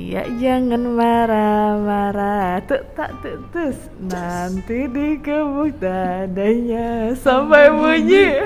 Ya jangan marah-marah, tak tus nanti dikebuk dadanya sampai bunyi.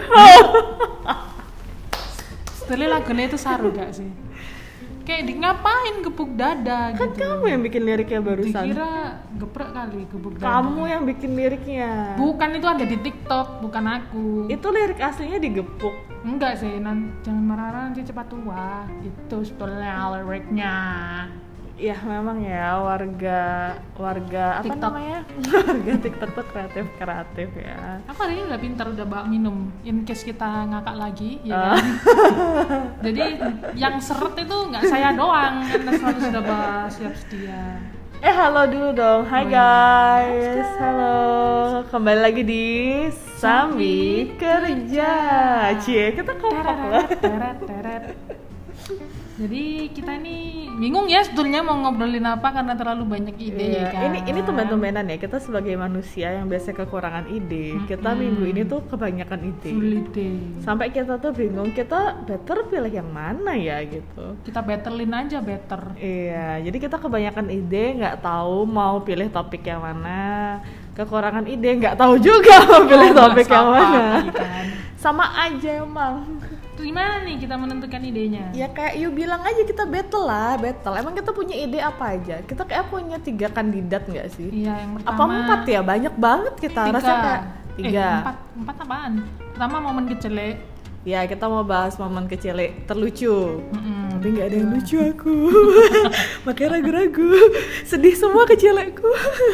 Setelah lagunya itu saru gak sih? Kayak ngapain gebuk dada Kan gitu. kamu yang bikin liriknya barusan. Dikira geprek kali gebuk dada. Kamu yang bikin liriknya. Bukan, itu ada di TikTok, bukan aku. Itu lirik aslinya digepuk. Enggak sih, jangan marah-marah nanti cepat tua. Itu sebetulnya liriknya. Ya memang ya warga apa TikTok. namanya? Warga TikTok tuh kreatif ya. Aku hari ini udah pintar, udah bawa minum in case kita ngakak lagi ya kan? Jadi yang seret itu nggak saya doang, karena selalu sudah bawa siap sedia. Halo dulu dong. Hai guys. Halo. Kembali lagi di Sambi Kerja. Cie, kita kompak lah. Teret. Jadi kita ini bingung ya sebetulnya mau ngobrolin apa karena terlalu banyak ide ya kan. Ini tumben-tumbenan ya, kita sebagai manusia yang biasa kekurangan ide. Kita minggu ini tuh kebanyakan ide. Full ide. Sampai kita tuh bingung, kita better pilih yang mana ya gitu. Kita betterlin aja better. Iya, jadi kita kebanyakan ide, nggak tahu mau pilih topik yang mana. Kekurangan ide, nggak tahu juga mau pilih topik yang mana. Kan? Sama aja emang. Gimana nih kita menentukan idenya? Ya kayak you bilang aja, kita battle lah, battle. Emang kita punya ide apa aja? Kita kayak punya 3 kandidat nggak sih? Iya, yang pertama. Apa 4 ya? Banyak banget kita. 3. Rasanya kayak 3. 4 apaan? Pertama momen kecelek. Ya kita mau bahas momen kecil terlucu. Tapi nggak ada yang lucu aku. Makanya ragu-ragu. Sedih semua kecilekku.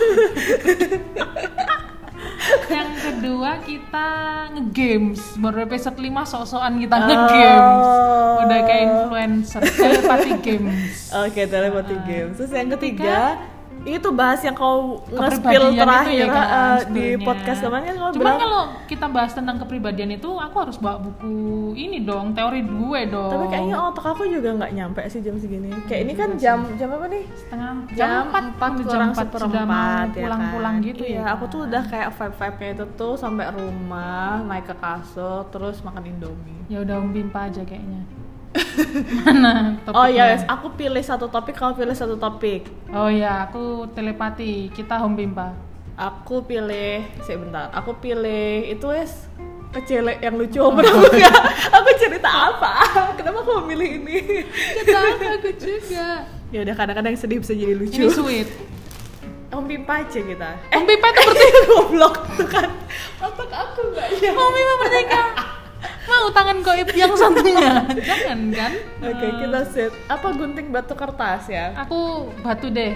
Yang kedua kita nge-games. Baru episode 5 sok-sokan kita nge-games. Udah kayak influencer. Telepati games. Oke, telepati games. Terus yang ketiga itu bahas yang kau nge-spill Kepribadian terakhir itu ya kan, di sebetulnya. podcast kemarin kan kau Cuman bilang. kalau kita bahas tentang kepribadian itu aku harus bawa buku ini dong, teori gue dong. Tapi kayaknya otak aku juga nggak nyampe sih jam segini. Kayak ini kan jam apa nih? jam 4 kurang sudah mau seperempat ya pulang-pulang kan? gitu Iya, ya. aku tuh udah kayak vibe-nya itu tuh sampai rumah, naik ke kasur, terus makan Indomie. Ya udah Bimpa aja kayaknya. Mana topiknya? Oh iya, aku pilih satu topik, kamu pilih satu topik. Oh iya, aku telepati, kita home Bimpa. Aku pilih, sebentar. Aku pilih itu kecil yang lucu. Enggak. Aku cerita apa? Kenapa aku memilih ini? Kita aku juga. Ya udah, kadang-kadang yang sedih bisa jadi lucu. Ini sweet. Om Bimpa aja kita. Home Bimpa itu Goblok tuh kan. Otak aku enggak ya. Home Bimpa merdeka. Mau tangan goib yang satunya. Jangan kan? Oke, kita set. Apa gunting batu kertas ya? Aku batu deh.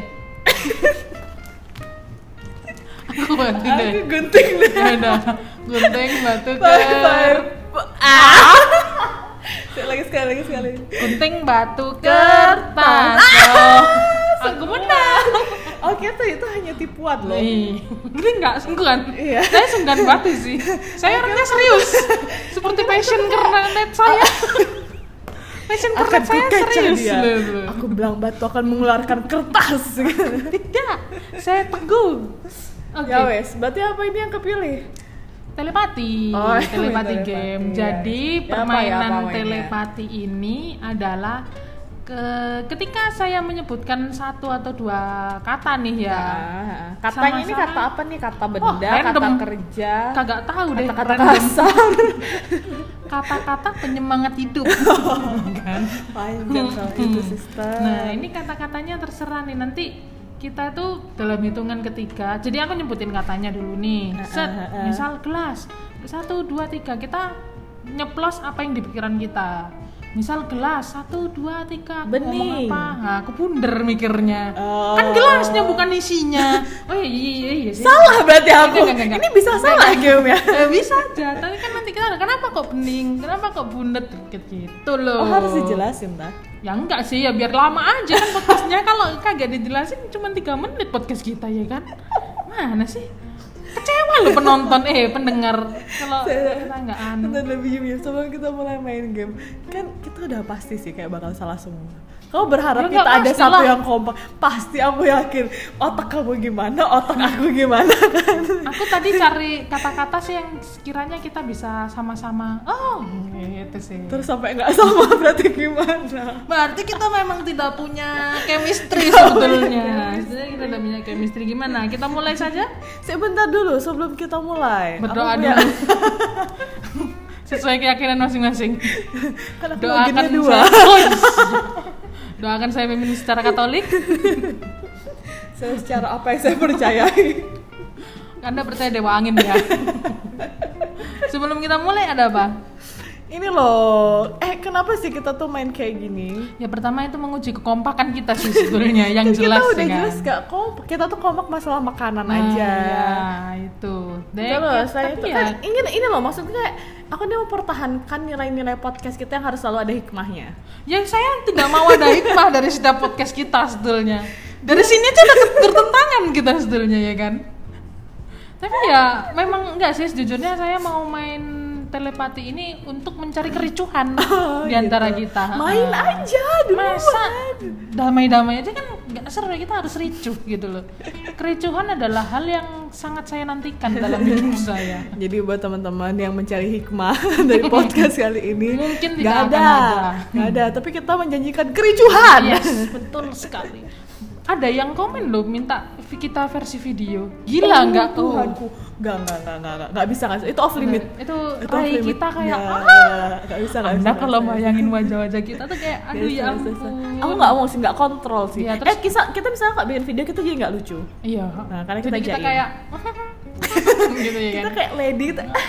Aku batu deh. Aku gunting deh. Ya udah, gunting batu Bye. Sekali. gunting batu kertas. Oh, aku menang. Oke, itu hanya tipuan loh. Ini enggak sungguhan. Iya. Saya sungguhan batu sih. Saya orangnya serius. Seperti passion kernet saya. Passion Akan kernet saya kukaca serius. dia. Loh. Aku bilang batu akan mengeluarkan kertas. Tidak, saya teguh. Oke. Ya wes, berarti apa ini yang kepilih? Telepati, Oh, telepati telepati, game. ya. Jadi Ya, permainan apa mainnya? telepati ini adalah ketika saya menyebutkan 1 atau 2 kata nih ya. Katanya ini Sama-sama. kata apa nih? Kata benda, random. kata kerja, Kagak tahu deh. kata-kata random. kasar. Kata-kata penyemangat hidup. Kan? Panjang soal itu, sister. Nah, ini kata-katanya terserah nih nanti kita tuh dalam hitungan ketiga. Jadi aku nyebutin katanya dulu nih. Set, misal gelas. 1 2 3 kita nyeplos apa yang di pikiran kita. Misal gelas 1 2 3 aku Bening. ngomong apa? Nah, aku bunder mikirnya. Oh. Kan gelasnya bukan isinya. Oh iya. Salah berarti aku. Enggak. Ini bisa salah game ya. Bisa aja. Tapi kan nanti kita kenapa kok bening? Kenapa kok bunder gitu loh. Oh, harus dijelasin dah. Ya enggak sih, ya biar lama aja kan podcastnya. Kalau kagak dijelasin cuma 3 menit podcast kita ya kan. Mana sih? kecewa loh penonton pendengar kalau kita nggak anu. Nonton lebih Yum sebelum kita mulai main game kan kita udah pasti sih kayak bakal salah semua. Kamu berharap Ya, kita ada pasti satu lah. yang kompak? Pasti, aku yakin. Otak kamu gimana, otak aku gimana kan? Aku tadi cari kata-kata sih yang sekiranya kita bisa sama-sama. Oh, gitu sih. Terus sampai nggak sama berarti gimana? Berarti kita memang tidak punya chemistry sebetulnya. Sebenarnya kita tidak punya chemistry gimana? Kita mulai saja. Sebentar dulu sebelum kita mulai. Berdoa Aku punya- dulu. Sesuai keyakinan masing-masing. Kan aku Doakan loginnya 2. saya. Oh, yes. Doakan saya feminis secara Katolik. Saya secara apa yang saya percayai. Anda percaya dewa angin ya? Sebelum kita mulai ada apa? Ini loh, kenapa sih kita tuh main kayak gini? Ya pertama itu menguji kekompakan kita sih sebetulnya yang jelas Kita udah ya kan? jelas gak kompak, kita tuh kompak masalah makanan Nah, aja. ya, itu. Terus saya Tapi itu kan ini loh maksudnya kayak aku nih mempertahankan nilai-nilai podcast kita yang harus selalu ada hikmahnya. ya saya tidak mau ada hikmah dari setiap podcast kita sebetulnya. Dari sini aja udah bertentangan kita sebetulnya ya kan. Tapi ya memang enggak sih sejujurnya saya mau main telepati ini untuk mencari kericuhan di antara Gitu. kita. Main aja dulu. Masa damai-damai aja kan nggak seru, kita harus ricuh gitu loh. Kericuhan adalah hal yang sangat saya nantikan dalam hidup saya. Jadi buat teman-teman yang mencari hikmah dari podcast kali ini, Mungkin tidak nggak akan ada. nggak ada. Tapi kita menjanjikan kericuhan. Yes, betul sekali. Ada yang komen loh minta kita versi video. Gila nggak tuh? Tuhanku. Nggak bisa nggak. Itu off limit. Itu Itu rai off limit. kita kayak nggak bisa nggak Anda bisa, kalau nggak bisa. bayangin wajah-wajah kita tuh kayak aduh ya ampun. Aku nggak mau sih, nggak kontrol sih. Iya, terus- kita misalnya nggak bikin video kita jadi nggak lucu. Iya. Nah, karena jadi kita kita jaim. kayak gitu ya kan. Kita kayak lady.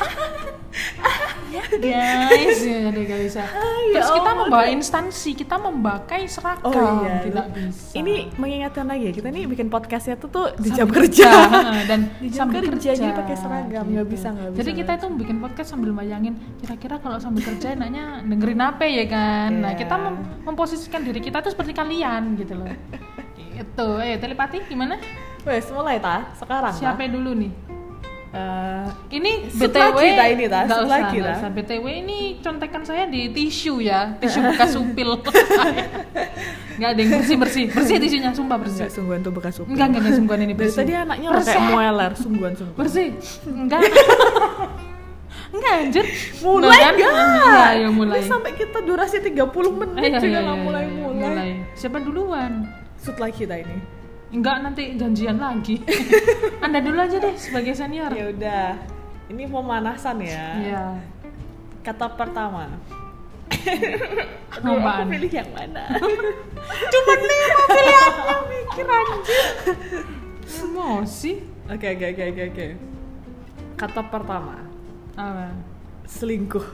Guys, ya jadi gak bisa. ya Terus kita ampun. membawa instansi, kita memakai seragam, Oh iya. tidak bisa. Ini mengingatkan lagi ya, kita nih bikin podcastnya tuh di Sambil jam kerja. dan Di jam sambil kerja, kerja jadi pakai seragam, nggak bisa, nggak bisa. Jadi kita itu bikin podcast sambil bayangin kira-kira kalau sambil kerja enaknya dengerin apa ya kan. Nah, Iya. kita memposisikan diri kita tuh seperti kalian gitu loh. Gitu. Telepati gimana? Wes, mulai sekarang. Siapa dulu nih? Ini setelah BTW kita ini, Ta. nggak Setelah usah, kita. nggak usah. BTW ini contekan saya di tisu ya, tisu bekas upil. Nggak ada yang bersih tisunya, sumpah bersih. Enggak, sungguhan tuh bekas upil. Enggak sungguhan ini Dari bersih. tadi anaknya Bersih. kayak mueler, sungguhan. Bersih. Enggak. Enggak anjir. Mulai Nah, kan? enggak? Iya, ya mulai. Ini sampai kita durasi 30 menit Iya, juga iya, nggak iya, mulai. Siapa duluan? Setelah kita ini. Enggak, nanti janjian lagi. Anda dulu aja deh sebagai senior. Ya udah. Ini pemanasan ya. Iya. Kata pertama. Apaan? Aku pilih yang mana? Cuman 5 pilihannya mikir anjir. Emosi. Oke. Kata pertama. Apa? Selingkuh.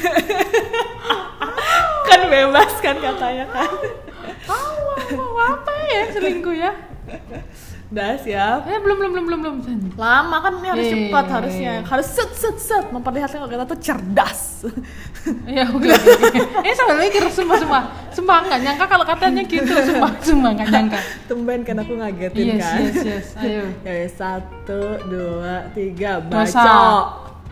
Kan bebas kan katanya kan. Mau apa ya selingkuh ya? Udah siap. Belum. Lama kan ini harus cepat Iya. harusnya. Harus set memperlihatkan kalau kita tuh cerdas. Ya oke. Ini sambil mikir sumpah nggak nyangka kalau katanya gitu, sumpah nggak nyangka. Tumben kan aku ngagetin kan. Yes, ayo. Ya wes, 1, 2, 3, Dosa. bacok.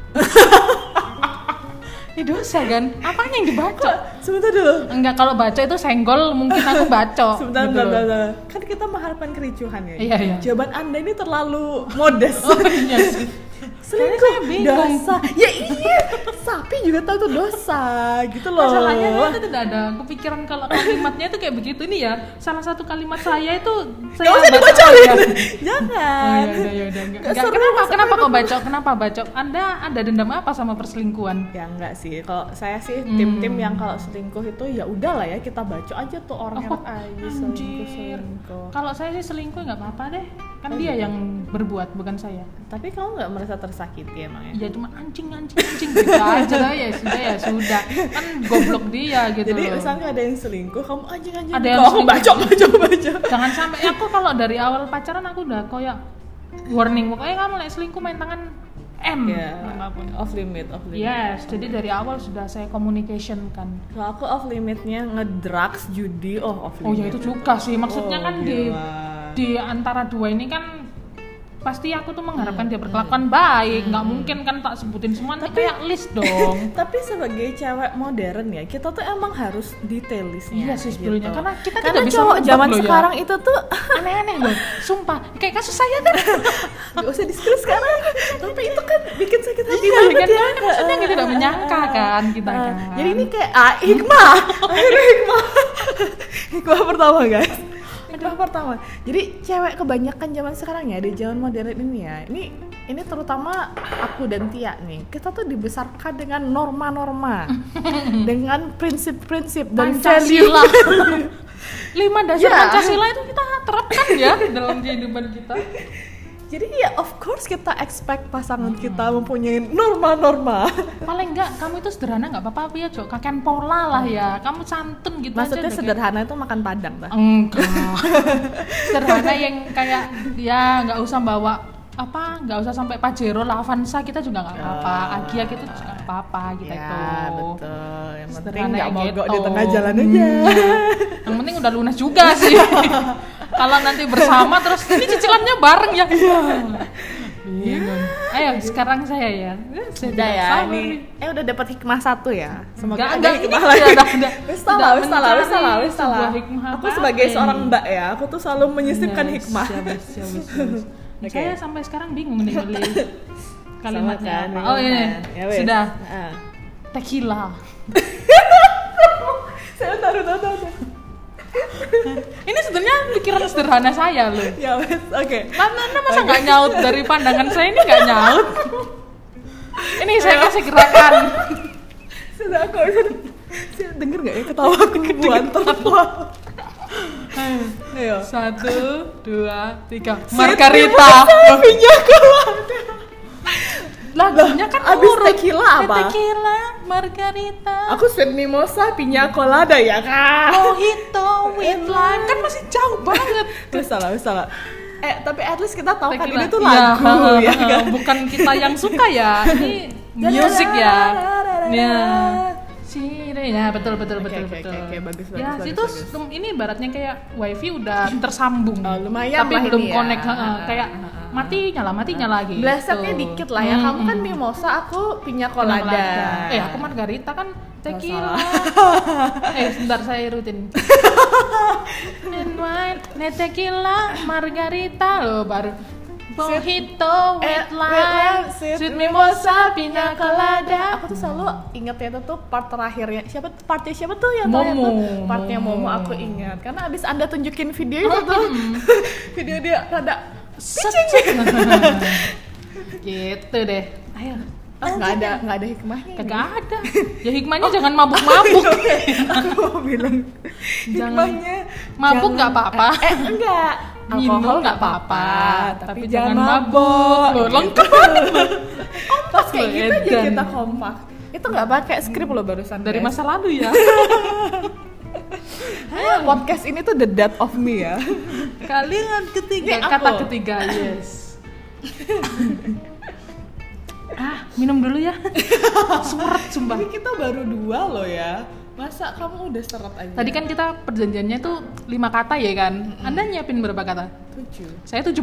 Ini dosa kan? Apanya yang dibaca? Sebentar dulu. Enggak, kalau baca itu senggol mungkin aku baca. Sebentar. gitu loh. Kan kita mengharapkan kericuhan ya. Iya. Jawaban Anda ini terlalu modest. Oh iya sih. Selingkuh Saya bingung. dosa. Ya iya. Sapi juga tahu itu dosa gitu loh. Masalahnya saya itu tidak ada kepikiran kalau kalimatnya itu kayak begitu. Ini ya salah satu kalimat saya itu saya Gak usah baca- dibocorin. Oh, Jangan. ya udah. Nggak seru, Kenapa sampai kok bacok? Kenapa bacok? Anda ada dendam apa sama perselingkuhan? Ya enggak sih. Kalau saya sih tim-tim yang kalau selingkuh itu ya udahlah ya kita bacok aja tuh orang enak aja selingkuh. Kalau saya sih selingkuh nggak apa-apa deh. Kan dia yang berbuat, bukan saya. Tapi kamu nggak merasa tersakiti emang ya? Ya cuma anjing gitu aja lah, ya sudah kan goblok dia gitu. Jadi loh. misalnya ada yang selingkuh, kamu anjing Ada yang aku selingkuh. bacok. Jangan sampai aku kalau dari awal pacaran aku udah kayak warning, pokoknya kamu lagi selingkuh main tangan M Ya, apapun. off limit. Yes, jadi dari awal sudah saya communication kan. Kalau aku off limitnya ngedrugs, judi, off limit. Oh ya itu juga sih, maksudnya kan gila. di antara dua ini kan pasti aku tuh mengharapkan dia berkelakuan baik. Nggak mungkin kan tak sebutin semua, tapi kayak list dong. Tapi sebagai cewek modern ya, kita tuh emang harus detailisnya. Iya sih sebetulnya, gitu. karena kita Karena tidak bisa cowok nebak zaman loh ya. sekarang itu tuh Aneh-aneh loh, sumpah. Kayak kasus saya kan. gak usah diskus sekarang. Tapi itu kan bikin sakit hati Iya banget kan, ya. kan maksudnya kita tidak menyangka kan kita kan. Jadi ini kayak hikmah. Akhirnya hikmah. Hikmah pertama guys. Hikmah pertama. Jadi cewek kebanyakan zaman sekarang ya, di zaman modern ini ya. Ini terutama aku dan Tia nih. Kita tuh dibesarkan dengan norma-norma, dengan prinsip-prinsip dan Pancasila. value. 5 dasar Pancasila itu kita terapkan ya dalam kehidupan kita. Jadi ya of course kita expect pasangan kita mempunyai norma-norma. Paling enggak kamu itu sederhana nggak apa-apa ya, Cok. Kakek pola lah ya. Kamu santun gitu Maksudnya aja. sederhana itu makan padang dah. Enggak. Sederhana yang kayak ya nggak usah bawa nggak usah sampai Pajero lah, Avanza kita juga nggak apa-apa, Agia kita juga nggak apa-apa kita Ya, itu. betul. Yang penting Sederhana nggak kayak mogok gitu. di tengah jalan aja. Yang penting udah lunas juga sih. Kalau nanti bersama terus ini cicilannya bareng ya. Bingung. Ayo sekarang saya ya. Saya Udah tidak ya, sabar ini nih. udah dapat hikmah 1 ya. Semoga ada Enggak, hikmah ini lagi. udah. Wis salah. Mencari sebuah hikmah Aku apa sebagai ini? seorang mbak ya, aku tuh selalu menyisipkan Yes, hikmah. siap. Oke. Saya sampai sekarang bingung nih milih kalimatnya Sama kan, apa. Oh ini ya wes. sudah Ah. tequila. Saya taruh. Ini sebenarnya pikiran sederhana saya loh. Ya wes, oke. Anda masa nggak nyaut dari pandangan saya ini nggak nyaut? Ini saya kasih gerakan. Sudah kok. Saya denger nggak ya ketawa aku buanter. Ayo. 1, 2, 3. Margarita. Pinya colada. Lagunya kan abis urut. tequila apa? Tequila, margarita. Aku sweet mimosa, pinya colada ya kan. Mojito with lime kan masih jauh banget. Wes salah. Tapi at least kita tahu kan Tequila. ini tuh lagu ya kan. Bukan kita yang suka ya. Ini music ya. Ya. Ya betul. Oke, bagus. Ya itu ini ibaratnya kayak wifi udah tersambung. Oh, lumayan tapi lah belum ini ya. connect. Kayak mati nyala gitu. Blesetnya dikit lah ya. Kamu kan mimosa, aku pinya colada. Aku margarita kan tequila. Sebentar saya rutin. And wine, tequila, margarita loh baru. Mojito with lime, sweet mimosa, pina colada. Aku tuh selalu ingetnya itu tuh part terakhirnya. Partnya siapa tuh yang Momo. terakhir tuh? Partnya Momo aku ingat. Karena abis Anda tunjukin video itu tuh, video dia rada pitching. Gitu deh. Ayo. Nggak ada hikmahnya. Kagak ada. Ya hikmahnya jangan mabuk-mabuk. Aku mau bilang hikmahnya Mabuk nggak apa-apa. Enggak. Minum Alkohol nggak apa-apa, tapi jangan mabuk. Loh, lengkap banget. Pas kayak Loh, gitu aja edan. kita kompak. Itu nggak pakai skrip loh barusan. Dari guys. masa lalu ya. Podcast ini tuh the death of me ya. Kalian ketiga, Ini aku. kata ketiga, yes. Minum dulu ya. Seret sumpah. Ini kita baru 2 loh ya. Masa kamu udah seret aja? Tadi kan kita perjanjiannya tuh 5 kata ya kan? Anda nyiapin berapa kata? 7. Saya 17.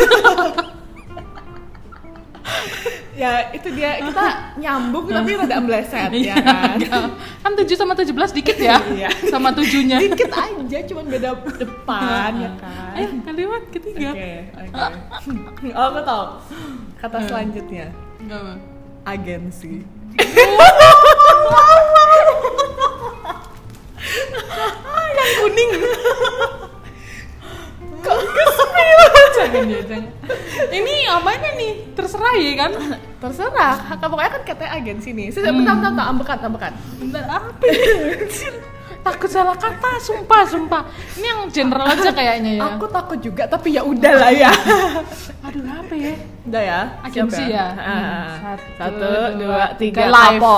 Ya itu dia, kita nyambung tapi rada meleset ya kan? Kan 7 sama 17 dikit ya? Iya. Sama 7-nya. Dikit aja, cuman beda depan ya kan? Ayo kalimat ketiga. Oke. Oh aku tahu. Kata selanjutnya, Enggak apa. agensi. Yang kuning. Kok kesel? Jangan. Ini apanya nih? Terserah ya kan? Terserah, pokoknya kan katanya agensi nih. Bentar, ambekan. Bentar apa ini? Takut salah kata, sumpah. Ini yang general aja kayaknya ya. Aku takut juga, tapi ya udahlah ya. Aduh apa ya? Udah ya. Agensi siap ya. 1, 2, 3. Live. Kapo.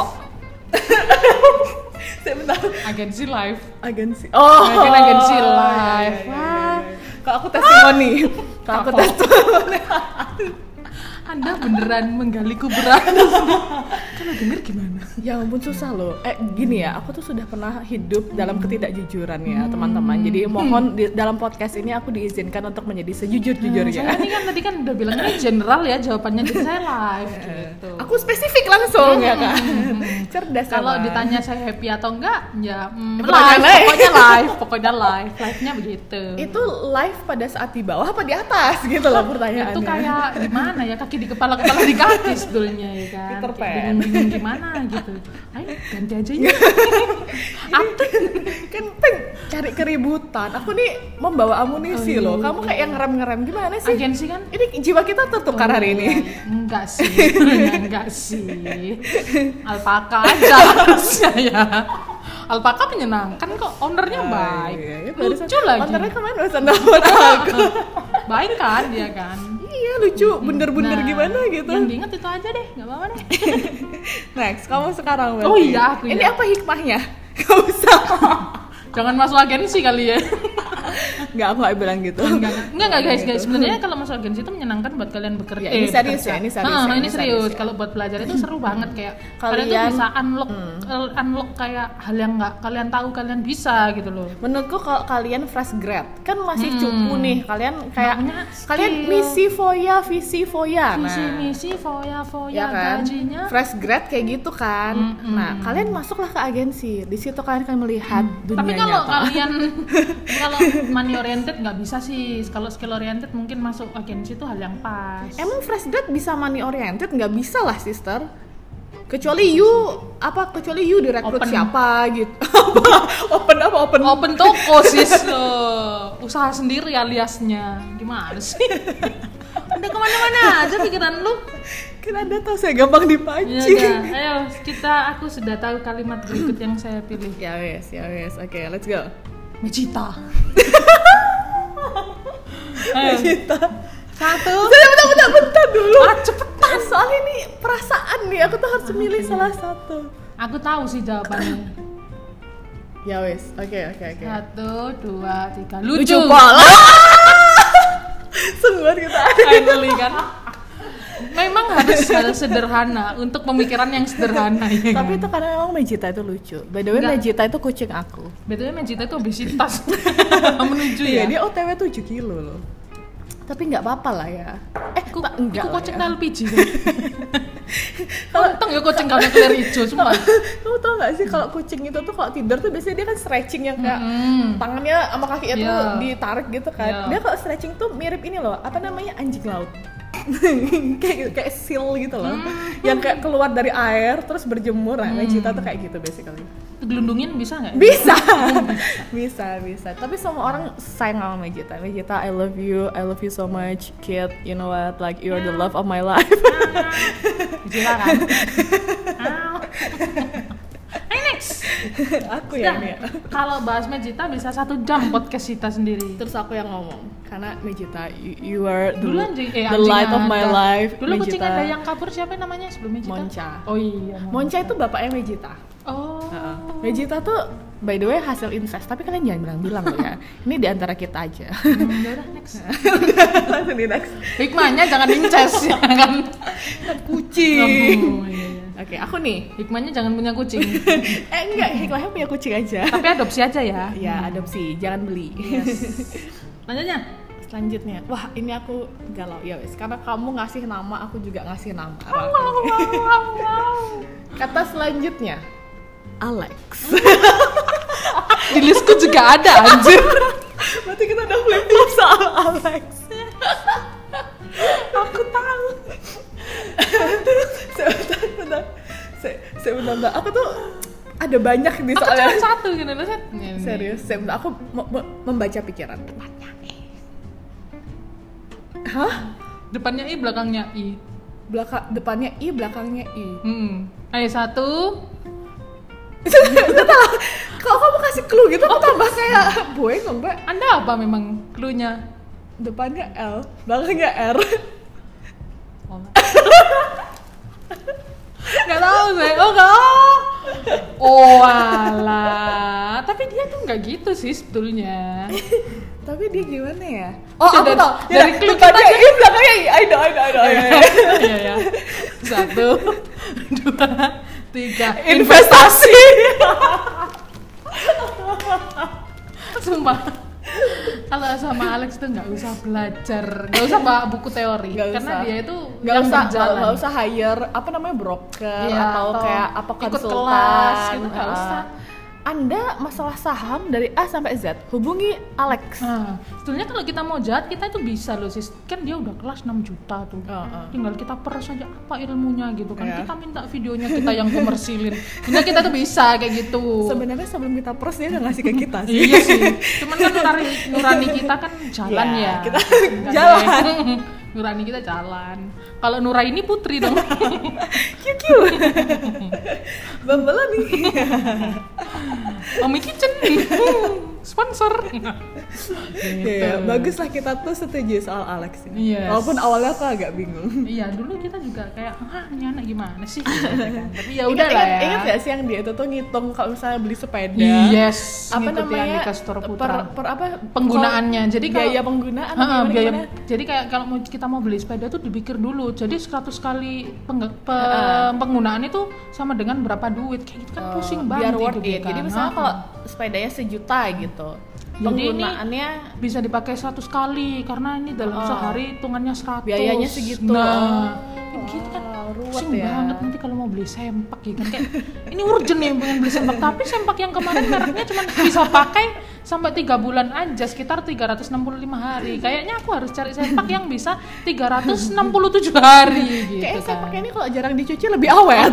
Sebentar. Agensi live. Agensi. Oh. Mungkin agensi live. Kalau aku testimoni. Kalau aku Kapok. testimoni. Anda beneran menggali kuburan. Kalau denger gimana? Ya ampun susah loh. Gini ya, aku tuh sudah pernah hidup dalam ketidakjujuran ya teman-teman. Jadi mohon dalam podcast ini aku diizinkan untuk menjadi sejujur-jujurnya. Saya ini kan tadi kan udah bilang ini general ya jawabannya, jadi saya live gitu. Aku spesifik langsung ya kan. Cerdas. Kalau ditanya saya happy atau enggak, ya pokoknya live. Live-nya begitu. Itu live pada saat di bawah apa di atas gitu loh pertanyaannya. Itu kayak gimana ya, kaki di kepala di kaki sebetulnya ya kan. Peter Pan. Bingung gimana gitu. Ayo ganti aja ya. Kan cari keributan. Aku nih membawa amunisi loh. Kamu kayak yang ngerem-ngerem gimana sih? Agensi kan? Ini jiwa kita tertukar hari ini. Enggak sih. Alpaka aja harusnya ya. Alpaka menyenangkan kok, ownernya baik. Iya, lucu lagi. Ownernya kemarin barusan nelfon aku. Baik kan dia kan? Iya lucu, bener-bener gimana gitu. Yang diinget itu aja deh, nggak apa-apa deh. Next, kamu sekarang berarti. Oh iya, aku Ini ya. apa hikmahnya? Gak usah. Jangan masuk agensi kali ya. Enggak, aku gak bilang gitu. Enggak guys. Sebenarnya kalau masuk agensi itu menyenangkan buat kalian bekerja. Ini serius ya, ini serius. Kalau buat belajar itu seru banget, kayak Kalian tuh bisa unlock kayak hal yang nggak kalian tahu kalian bisa gitu loh. Menurutku kalau kalian fresh grad kan masih cupu nih, kalian kayak skill. kalian misi foya, visi foya. Misi foya Ya kan? gajinya. Fresh grad kayak gitu kan. Nah, kalian masuklah ke agensi. Di situ kalian akan melihat dunia Tapi kalau nyata. kalian kalau money oriented nggak bisa sih. Kalau skill oriented mungkin masuk agensi itu hal yang pas. Emang fresh grad bisa money oriented? Nggak bisa lah, sister. Kecuali you direkrut Open. siapa gitu. Open Open toko sis, usaha sendiri aliasnya. Gimana sih? Udah kemana-mana aja pikiran lu. Kan Anda tahu saya gampang Ya dipancing. udah, aku sudah tahu kalimat berikut yang saya pilih. Ya wes. Oke, let's go. Mejita. Kita. Satu. Bentar dulu. Cepetan. Soalnya ini perasaan nih, aku tuh harus memilih salah satu. Aku tahu sih jawabannya. Ya wes, oke. 1, 2, 3. Lucu pol. Semua kita. Finally kan. Memang harus sederhana untuk pemikiran yang sederhana ya. Tapi itu karena memang Mejita itu lucu. By the way, Mejita itu kucing aku. Betulnya Mejita itu obesitas menuju Iya, ya. dia OTW 7 kilo loh. Tapi nggak apa-apa lah ya. Enggak. Aku kucing LPG kan. Untung ya kucing kalau kelir hijau semua. Kamu tau nggak sih kalau kucing itu tuh kalau tidur tuh biasanya dia kan stretching yang kayak tangannya sama kakinya tuh ditarik gitu kan. Dia kalau stretching tuh mirip ini loh, apa namanya, anjing laut. kayak seal gitu loh, yang kayak keluar dari air terus berjemur. Nah, Mejita tuh kayak gitu basically. Gelundungin bisa nggak? Bisa. Tapi semua orang sayang sama Mejita. Mejita, I love you so much, kid. You know what? Like you're the love of my life. Gila kan? Next. Aku ya ini. Kalau bahas Mejita bisa 1 jam podcast kita sendiri. Terus aku yang ngomong, karena Mejita, you are the Anjing light of my ada. life. Dulu kucing Mejita. ada yang kabur, siapa namanya sebelum Mejita? Monca. Oh iya. Monca itu bapaknya Mejita. Oh. Mejita tuh by the way hasil invest, tapi kalian jangan bilang loh ya. Ini di antara kita aja. Udah next. Langsung di next. Hikmahnya jangan incest ya kan. Kucing. Oh, iya. Oke, aku nih. Hikmahnya jangan punya kucing. Enggak, hikmahnya punya kucing aja. Tapi adopsi aja ya. Ya, adopsi, jangan beli. Lanjutnya. Selanjutnya, wah ini aku galau ya wes. Karena kamu ngasih nama, aku juga ngasih nama. Wow. Kata selanjutnya, Alex. Di listku juga ada anjir. Berarti kita udah flip-flop soal Alex. Aku tahu. Sebentar. Aku tuh ada banyak nih Aku soalnya. cuma satu gitu loh. Serius, sebentar. Aku membaca pikiran. Hah? Depannya I, belakangnya I. Depannya I, belakangnya I. Ayo 1. Kalau kamu kasih clue gitu, aku tambah kayak bohong, Mbak. Anda apa memang cluenya? Depannya L, belakangnya R. Gak tahu saya. Oh alah. Tapi Tapi dia tuh nggak gitu sih sebetulnya. Tapi dia gimana ya? Oh, aku tahu. Dari klip kita aja ini belakangnya I know. Iya ya. 1, 2, 3. Investasi. Sumpah. Kalau sama Alex tuh nggak usah belajar, nggak usah bawa buku teori, Gak karena usah. dia itu Nggak yang usah, berjalan. nggak usah hire apa namanya broker Iya, atau kayak apa ikut konsultan. kelas gitu, nggak usah. Anda masalah saham dari A sampai Z hubungi Alex. Nah, sebetulnya kalau kita mau jahat kita itu bisa loh sis, kan dia udah kelas 6 juta tuh. Tinggal kita peres aja apa ilmunya gitu kan. Iya. Kita minta videonya kita yang komersilin. Bener kita tuh bisa kayak gitu. Sebenarnya sebelum kita pers dia udah ngasih ke kita sih. Iya sih. Cuman kan nurani kita kan jalan Ya, ya. kita Kan jalan. ya. Nurani kita jalan. Kalau Nuraini putri dong. Kiu. Bambela nih. Omi Kitchen. Sponsor. Iya, bagus lah kita tuh setuju soal Alex ini. Yes. Walaupun awalnya aku agak bingung. Iya, dulu kita juga kayak, ini anak gimana sih? Tapi ya udah lah ya. Ingat gak sih yang dia itu tuh ngitung kalau misalnya beli sepeda? Yes, Apa ngikutin namanya? Andika Sutro Putra. Per apa? Penggunaannya. Jadi kalau biaya penggunaan biaya. gimana? Jadi kayak kalau kita mau beli sepeda tuh dipikir dulu. Jadi 100 kali penggunaan itu sama dengan berapa duit. Kayak gitu kan pusing biar banget worth hidup ya it. kan. Jadi misalnya kalau sepedanya sejuta gitu. Jadi Penggunaannya ini bisa dipakai 100 kali karena ini dalam sehari hitungannya 100. biayanya segitu. Nah, gitu kan ruwet pusing ya. banget nanti kalau mau beli sempak ya kan kayak ini urgent nih pengen beli sempak, tapi sempak yang kemarin mereknya cuma bisa pakai sampai 3 bulan aja, sekitar 365 hari. Kayaknya aku harus cari sempak yang bisa 367 hari gitu. Kayaknya kan. sepaknya ini kalau jarang dicuci lebih awet.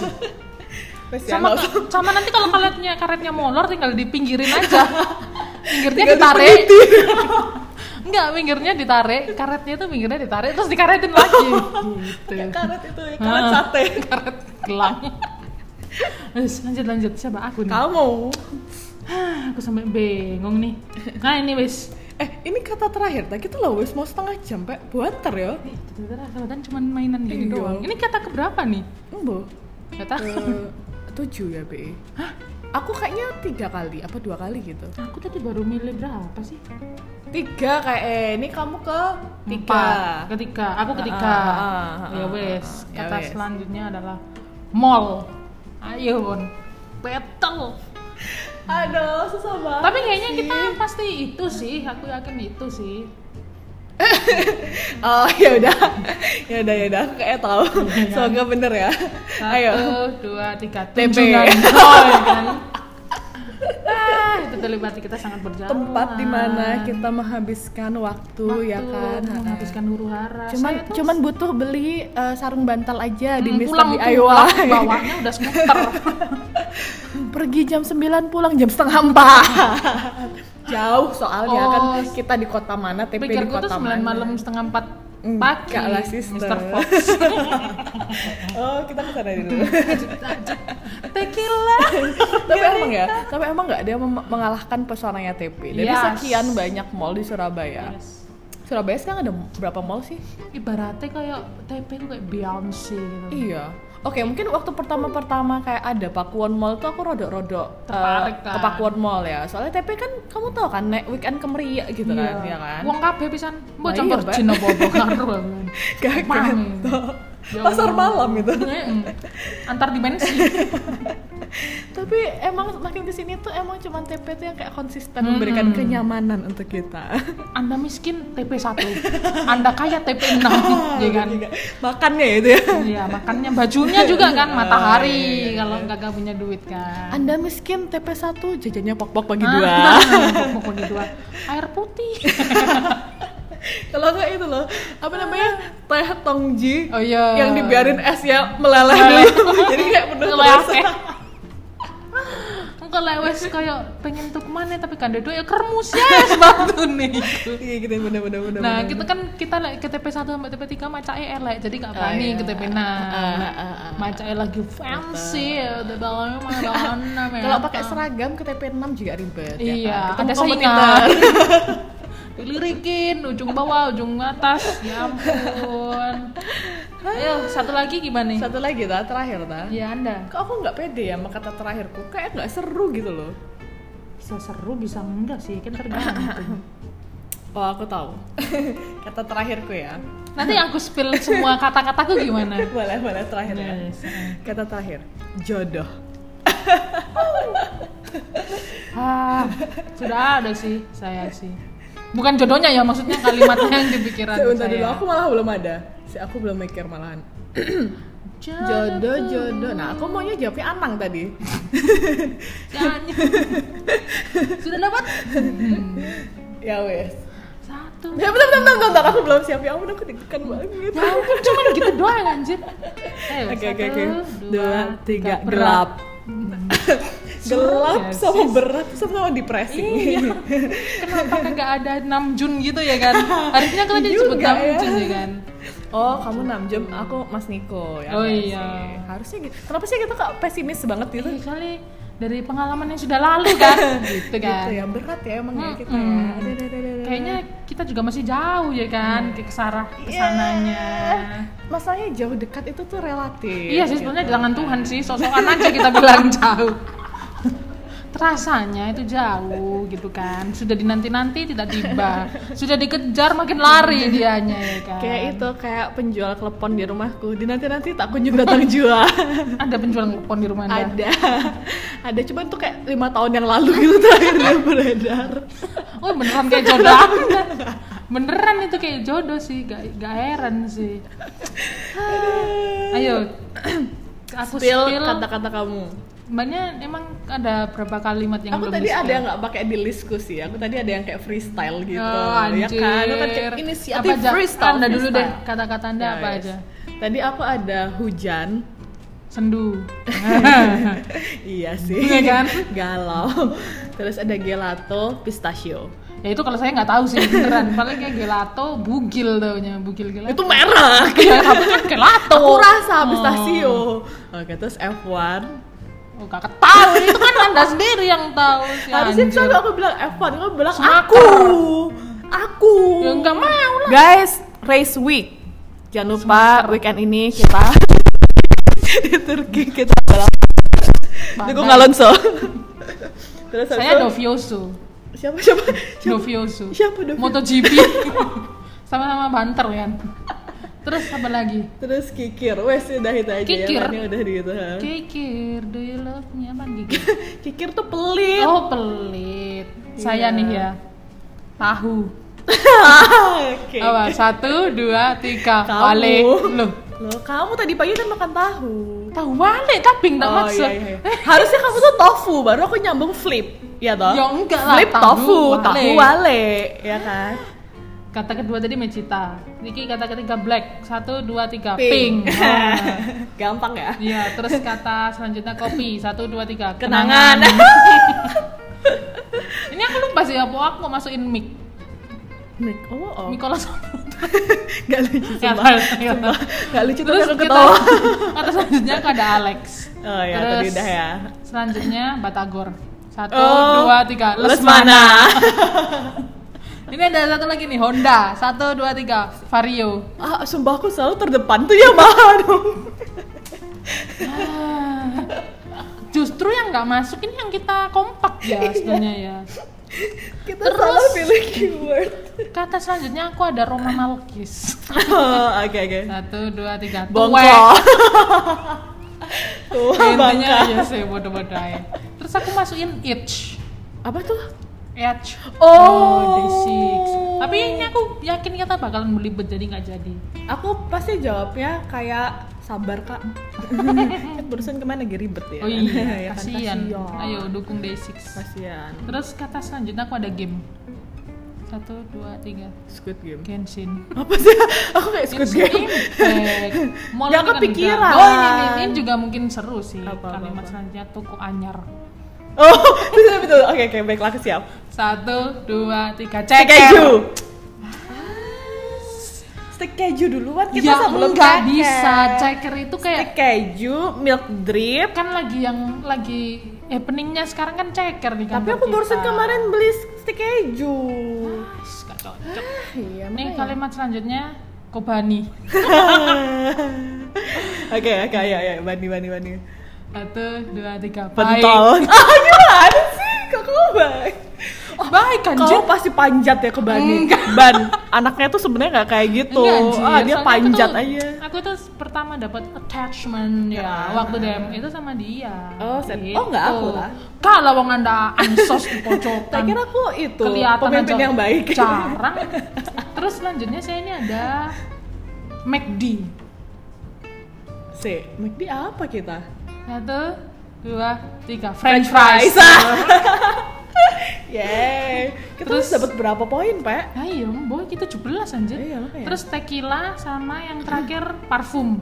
Sama nanti kalau karetnya molor tinggal dipinggirin aja. Pinggirnya Tinggal ditarik. Enggak, pinggirnya ditarik, karetnya itu pinggirnya ditarik terus dikaretin lagi. Gitu. Kayak karet itu, karet sate. Karet gelang. Wes, lanjut siapa aku nih? Kamu. Aku sampai bingung nih. Nah, ini wes. Ini kata terakhir, kita loh wis mau setengah jam, Pak. Buanter ya. Kebetulan cuma mainan gini Iya. doang. Ini kata keberapa nih? Embo. Kata 7 ya, BE. Hah? Aku kayaknya 3 kali, apa 2 kali gitu. aku tadi baru milih berapa sih? 3 kayak ini kamu ke 3. 4. Ketiga, aku ketiga. Ya wes. Ya Kata wes. selanjutnya adalah mall. Ayo, Bon. Battle. Aduh, susah banget. Tapi kayaknya sih. kita pasti itu sih, aku yakin itu sih. Oh, ya udah, aku kayak tahu. Semoga bener ya. 1, Ayo. 2, 3. TP. Tunjungan. Oh, ya kan. Itu telepati kita sangat berjalan. Tempat di mana kita menghabiskan waktu ya kan. Menghabiskan huru hara. Cuman butuh beli sarung bantal aja di Mr. pulang DIY. bawahnya udah skuter. Pergi jam 9, pulang jam setengah 4. Jauh soalnya kan kita di kota mana, TP di Pikirku tuh kota 9 mana. malam setengah 4 pagi. Enggak lah, sister. Mr. Fox. Oh, kita kesana dulu. Tequila. Tapi emang nggak dia mengalahkan pesonanya TP. Dari Yes. sekian banyak mall di Surabaya. Yes. Surabaya sekarang ada berapa mall sih? Ibaratnya kayak TP itu kayak Beyonce gitu. Iya. Oke, mungkin waktu pertama kayak ada Pakuwon Mall tuh aku rodok-rodok Tertarik kan. ke Pakuwon Mall ya. Soalnya TP kan kamu tahu kan nek weekend ke Meria gitu kan, ya kan? Uang kabeh pisan. Mbok Nah, campur iya, Mbak. jin apa-apa karo. Gagal. Ya Pasar Allah. malam itu. Antar dimensi. Tapi emang makin kesini tuh emang cuman TP tuh yang kayak konsisten memberikan kenyamanan untuk kita. Anda miskin TP1. Anda kaya TP6, ya kan? Makannya ya itu ya. Iya, makannya bajunya juga kan matahari kalau nggak punya duit kan. Anda miskin TP1 jajannya pok-pok bagi 2. Mau bagi 2. Air putih. Kalau enggak itu loh, apa namanya? Teh Tongji. Oh iya. Yang dibiarin esnya meleleh dulu. Jadi kayak bener terasa. Engko lek wis koyo pengen tuku maneh tapi kan duit ya kermus ya sebatu nih. Iya gitu bener. Nah, kita lek ke TP1 sampai TP3 macake elek, jadi gak berani ke TP6. Macake lagi fancy, udah balanya mana. Kalau pakai seragam ke TP6 juga ribet. Iya, ya kan? ada Ketemu saingan. komunitas. Dilirikin ujung bawah, ujung atas. Ya ampun. Ayo, satu lagi gimana nih? Satu lagi terakhir Ya Anda. Kok aku nggak pede ya sama kata terakhirku? Kayak nggak seru gitu loh. bisa seru bisa enggak sih, kan tergantung. Oh, aku tahu. Kata terakhirku ya. Nanti aku spill semua kata-kataku gimana? Boleh terakhir ya. Yes. Kata terakhir, jodoh. Sudah ada sih saya sih. Bukan jodohnya ya, maksudnya kalimatnya yang di pikiran Sebentar saya. dulu, aku malah belum ada. Aku belum mikir malahan. Jodoh. Nah, aku maunya jawabnya Anang tadi. Jangan. Sudah dapat? Ya wes. Satu. Ya bentar, aku belum siap. Ya ampun, aku deg-degan banget. Ya ampun, cuma gitu doang anjir. Oke. 1, 2, 3, berat. gelap. Gelap Ya, sama sis. berat sama depressing. Iya. Kenapa kagak ada Namjoon gitu ya kan? Harusnya kan disebut Juga ya. Namjoon ya kan? Oh, kamu Namjoon, aku Mas Niko ya. Oh nggak iya. sih? Harusnya gitu. Kenapa sih kita kok pesimis banget gitu? Kali dari pengalaman yang sudah lalu kan, gitu kan. Gitu ya, berat ya emang ya kita ya. Aduh. Kayaknya kita juga masih jauh ya kan ke kesananya. Masalahnya jauh dekat itu tuh relatif. Iya sih, sebenarnya di tangan Tuhan sih, sosokan aja kita bilang jauh. Terasanya itu jauh gitu kan, sudah dinanti-nanti tidak tiba, sudah dikejar makin lari dianya ya kan. Kayak itu, kayak penjual klepon di rumahku, dinanti-nanti tak kunjung datang juga. Ada penjual telepon di rumah Anda? Ada cuman tuh kayak 5 tahun yang lalu gitu terakhir dia beredar. Oh beneran kayak jodoh Anda. Beneran itu kayak jodoh sih, gak heran sih. Ayo, aku spill kata-kata kamu. Mbaknya emang ada berapa kalimat yang Aku belum tadi di-spill? ada yang nggak pakai di listku sih. Aku tadi ada yang kayak freestyle gitu. Oh, Ya anjir. kan? Itu kan kayak inisiatif Apa aja? freestyle. Anda dulu freestyle. deh, kata-kata Anda Ya, apa yes. aja? Tadi aku ada hujan. Sendu. Iya sih. Iya kan? Galau. Terus ada gelato, pistachio. Ya itu kalau saya nggak tahu sih beneran. Paling kayak gelato, bugil taunya, bugil gelato. Itu merek. Ya, apa kan gelato? Aku rasa Oh. pistachio. Oke, terus F1. Oh, kakak tahu itu kan Anda sendiri yang tahu sih. Harusnya anjir. selalu aku bilang F1, kamu bilang Smacker. Aku. Ya nggak mau lah. Guys, race week. Jangan lupa weekend ini kita di Turki kita balap. Dukung Alonso. Terus Saya Dovioso. Siapa? Dovioso. Siapa Dovioso? MotoGP. Sama-sama banter kan. Terus apa lagi? Terus Kikir. Wes udah itu aja Kikir? ya. Ini udah gitu. Kikir, do you love me? Apa gitu? Kikir tuh pelit. Oh pelit. Saya nih ya. Tahu. Oke. Apa? 1, 2, 3. Kamu. Wale. Loh. Loh, kamu tadi pagi kan makan tahu. Tahu wale tapi nggak maksud. Iya. Harusnya kamu tuh tofu, baru aku nyambung flip. Iya toh? Ya enggak lah, Flip tahu tofu, wale. tahu wale, ya kan? Kata kedua tadi Mecita. Niki kata ketiga black. 1, 2, 3. Pink. Pink. Ah. Gampang ya? Iya, terus kata selanjutnya kopi. 1, 2, 3. Kenangan. Ini aku lupa sih apa aku mau masukin mic. Mik, oh. Mikolas. Gak lucu Ya, sumpah. ya. Sumpah. Gak lucu Terus tapi aku kita ketawa. kata selanjutnya aku ada Alex. Oh ya, Terus tadi udah ya. Selanjutnya Batagor. 1, Oh, 2, 3. Lesmana. Ini ada satu lagi nih Honda. 1, 2, 3. Vario. Ah, sumpah aku selalu terdepan tuh ya, Mah. Justru yang nggak masuk ini yang kita kompak ya sebenarnya ya. Kita Terus- salah pilih keyword. Kata selanjutnya aku ada Roma Malkis. Oh, oke. 1, 2, 3. Bongkok. Tua Intinya bangka. ya sih bodoh-bodoh aja. Terus aku masukin itch. Apa tuh? Edge. Oh. Day 6. Tapi ini aku yakin kita bakalan belibet jadi nggak jadi. Aku pasti jawabnya kayak sabar kak. Kan barusan kemana lagi ribet ya. Oh iya, Ya kan, kasihan. kasihan. Ayo dukung Day 6. Kasihan. Terus kata selanjutnya aku ada game. 1, 2, 3. Squid Game. Genshin. Apa sih? Aku kayak Squid Genshin Game. Impact. Mall Nggak ini kan kepikiran. udah. Oh ini juga mungkin seru sih. Apa? Kalimat selanjutnya toko anyar. Oh, betul. Oke, baiklah aku siap. 1, 2, 3. Steak keju. Steak keju duluan kita Ya sebelum nggak ceker. bisa. Ceker itu kayak Steak keju, milk drip. kan lagi happeningnya sekarang kan ceker di kantor Tapi aku barusan kita. kemarin beli steak keju. Gak cocok. Iya, Nih makanya. kalimat selanjutnya Kobani. Oke, ayo, bani. 1, 2, 3. Pentol. Ah, gimana sih? Kok kamu baik. Baik kan, Kau pasti panjat ya ke Bani. Ban, anaknya tuh sebenarnya nggak kayak gitu. Dia panjat aja. Aku tuh pertama dapat attachment ya waktu DM itu sama dia. Oh nggak aku lah. Kalau wong Anda ansos di pojokan. Tak kira aku itu kelihatan pemimpin aja yang baik. Jarang. Terus selanjutnya saya ini ada McD. McD apa kita? 1, 2, 3 French fries. Yeay. Kita terus dapat berapa poin, Pak? Ayo, boy kita 17 anjir. Iya, makanya. Terus tequila sama yang terakhir parfum.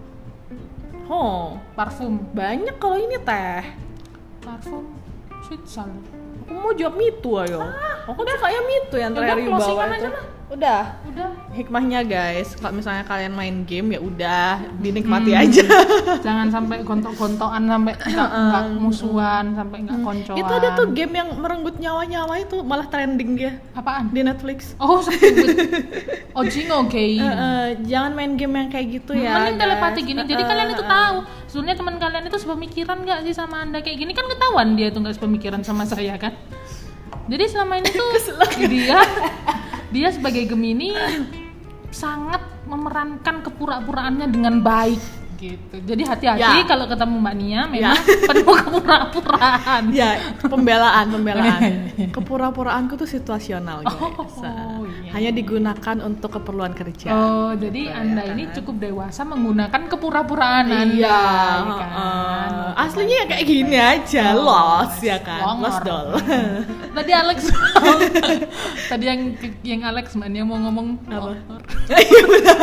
Parfum. Banyak kalau ini teh. Parfum sweet salad. Aku mau jawab mitu ayo. Aku udah kayak mitu yang terakhir di bawah itu. Udah. Hikmahnya guys, kalau misalnya kalian main game ya udah dinikmati aja. Jangan sampai gontok-gontokan sampai enggak musuhan, sampai enggak koncoan. Itu ada tuh game yang merenggut nyawa-nyawa itu malah trending dia. Apaan? Di Netflix. Oh, Ojingo game. Jangan main game yang kayak gitu ya. Mending telepati gini. Jadi kalian itu tahu. Sebenarnya teman kalian itu sepemikiran enggak sih sama Anda kayak gini kan ketahuan dia tuh enggak sepemikiran sama saya kan. Jadi selama ini tuh dia sebagai Gemini sangat memerankan kepura-puraannya dengan baik gitu. Jadi hati-hati kalau ketemu Mbak Nia memang penuh kepura-puraan. Ya, pembelaan. Kepura-puraanku tuh situasional guys. Hanya digunakan untuk keperluan kerja. Oh, jadi Anda ini cukup dewasa menggunakan kepura-puraan Anda. Kan? Aslinya ya kayak gini aja, lost ya kan. Lost doll. Tadi Alex tadi yang Alex Mbak Nia mau ngomong apa? Iya benar.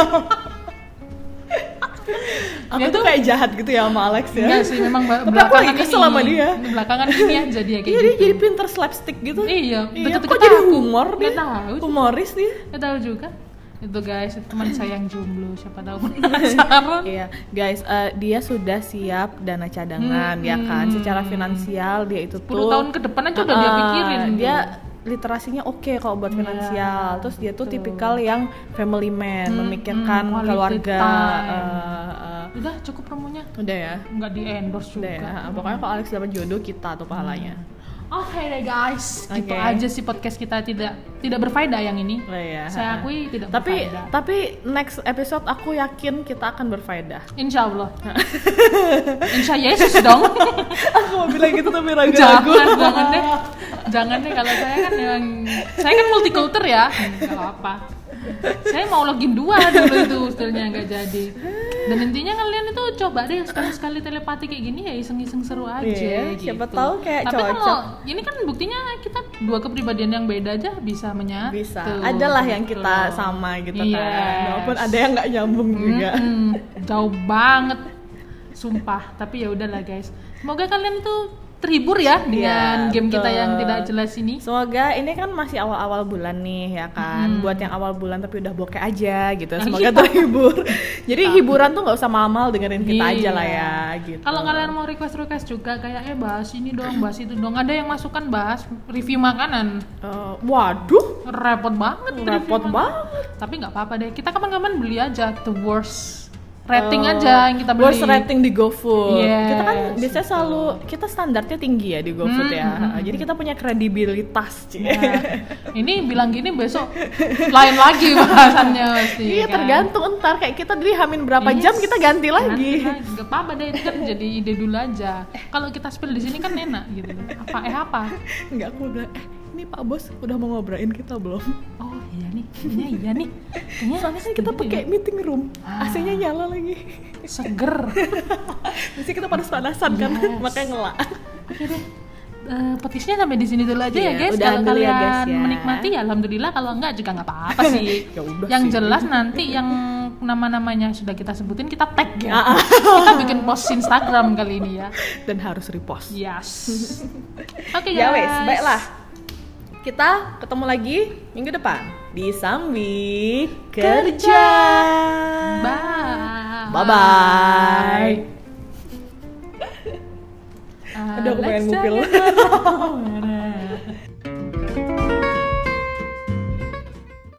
Aku tuh kayak jahat gitu ya sama Alex ya. Enggak sih, memang belakangan kesel sama dia. Belakangan ini aja dia kayak gitu. Dia jadi pinter slapstick gitu. Iya, kok jadi humor dia? Gak tahu. Humoris dia. Gak tahu juga. Itu guys, teman saya yang jomblo, siapa tahu penasaran. Iya, guys, dia sudah siap dana cadangan ya kan. Secara finansial dia itu 10 tahun ke depan aja udah dia pikirin. Dia literasinya oke kalau buat finansial. Terus dia tuh tipikal yang family man, memikirkan keluarga. Udah cukup promonya. Udah ya. Nggak di endorse juga. Ya. Pokoknya kalau Alex dapat jodoh kita tuh pahalanya. Oke deh guys, gitu aja sih podcast kita tidak berfaedah yang ini. Saya akui tidak berfaedah. Tapi next episode aku yakin kita akan berfaedah. Insya Allah. Insya Yesus dong. Aku mau bilang gitu tapi ragu-ragu. Jangan deh kalau saya kan multikultur ya. Nggak apa. Saya mau login 2 dulu itu istilahnya nggak jadi. Dan intinya kalian itu coba deh sekali-sekali telepati kayak gini ya iseng-iseng seru aja gitu. Siapa tahu kayak tapi cocok. Tapi kalau ini kan buktinya kita 2 kepribadian yang beda aja bisa menyatu. Bisa. Adalah yang kita sama gitu kan. Walaupun ada yang nggak nyambung juga. Jauh banget. Sumpah. Tapi ya udahlah guys. Semoga kalian itu terhibur ya dengan game kita yang tidak jelas ini. Semoga ini kan masih awal-awal bulan nih ya kan. Buat yang awal bulan tapi udah bokeh aja gitu. Semoga terhibur. Jadi hiburan tuh nggak usah mal-mal dengerin kita aja lah ya gitu. Kalau kalian mau request juga kayaknya bahas ini dong, bahas itu dong. Ada yang masukkan bahas review makanan. Waduh, repot banget. Tapi nggak apa-apa deh. Kita kapan-kapan beli aja the worst rating aja yang kita beli. Worst rating di GoFood. Yes. Kita kan biasanya selalu kita standarnya tinggi ya di GoFood ya. Jadi kita punya kredibilitas. Ini bilang gini besok lain lagi bahasannya pasti. Iya kan? Tergantung ntar kayak kita dari hamin berapa jam kita ganti lagi. Gak apa-apa deh, itu kan jadi ide dulu aja. Kalau kita spill di sini kan enak gitu. Apa? Enggak, aku bilang ini Pak Bos udah mau ngobrolin kita belum? Oh iya nih. Kayaknya soalnya kan kita pakai meeting room, AC-nya nyala lagi. Seger. Biasanya kita panas-panasan kan, makanya ngelak. Oke deh. Podcastnya sampai di sini dulu aja ya guys. Kalau kalian menikmati ya alhamdulillah, kalau enggak juga nggak apa-apa sih. Yang jelas nanti yang nama-namanya sudah kita sebutin kita tag ya. Kita bikin post Instagram kali ini ya. Dan harus repost. Yes. Oke guys. Ya wes, baiklah. Kita ketemu lagi minggu depan di Sambi Kerja. Bye. Aduh, aku pengen ngupil.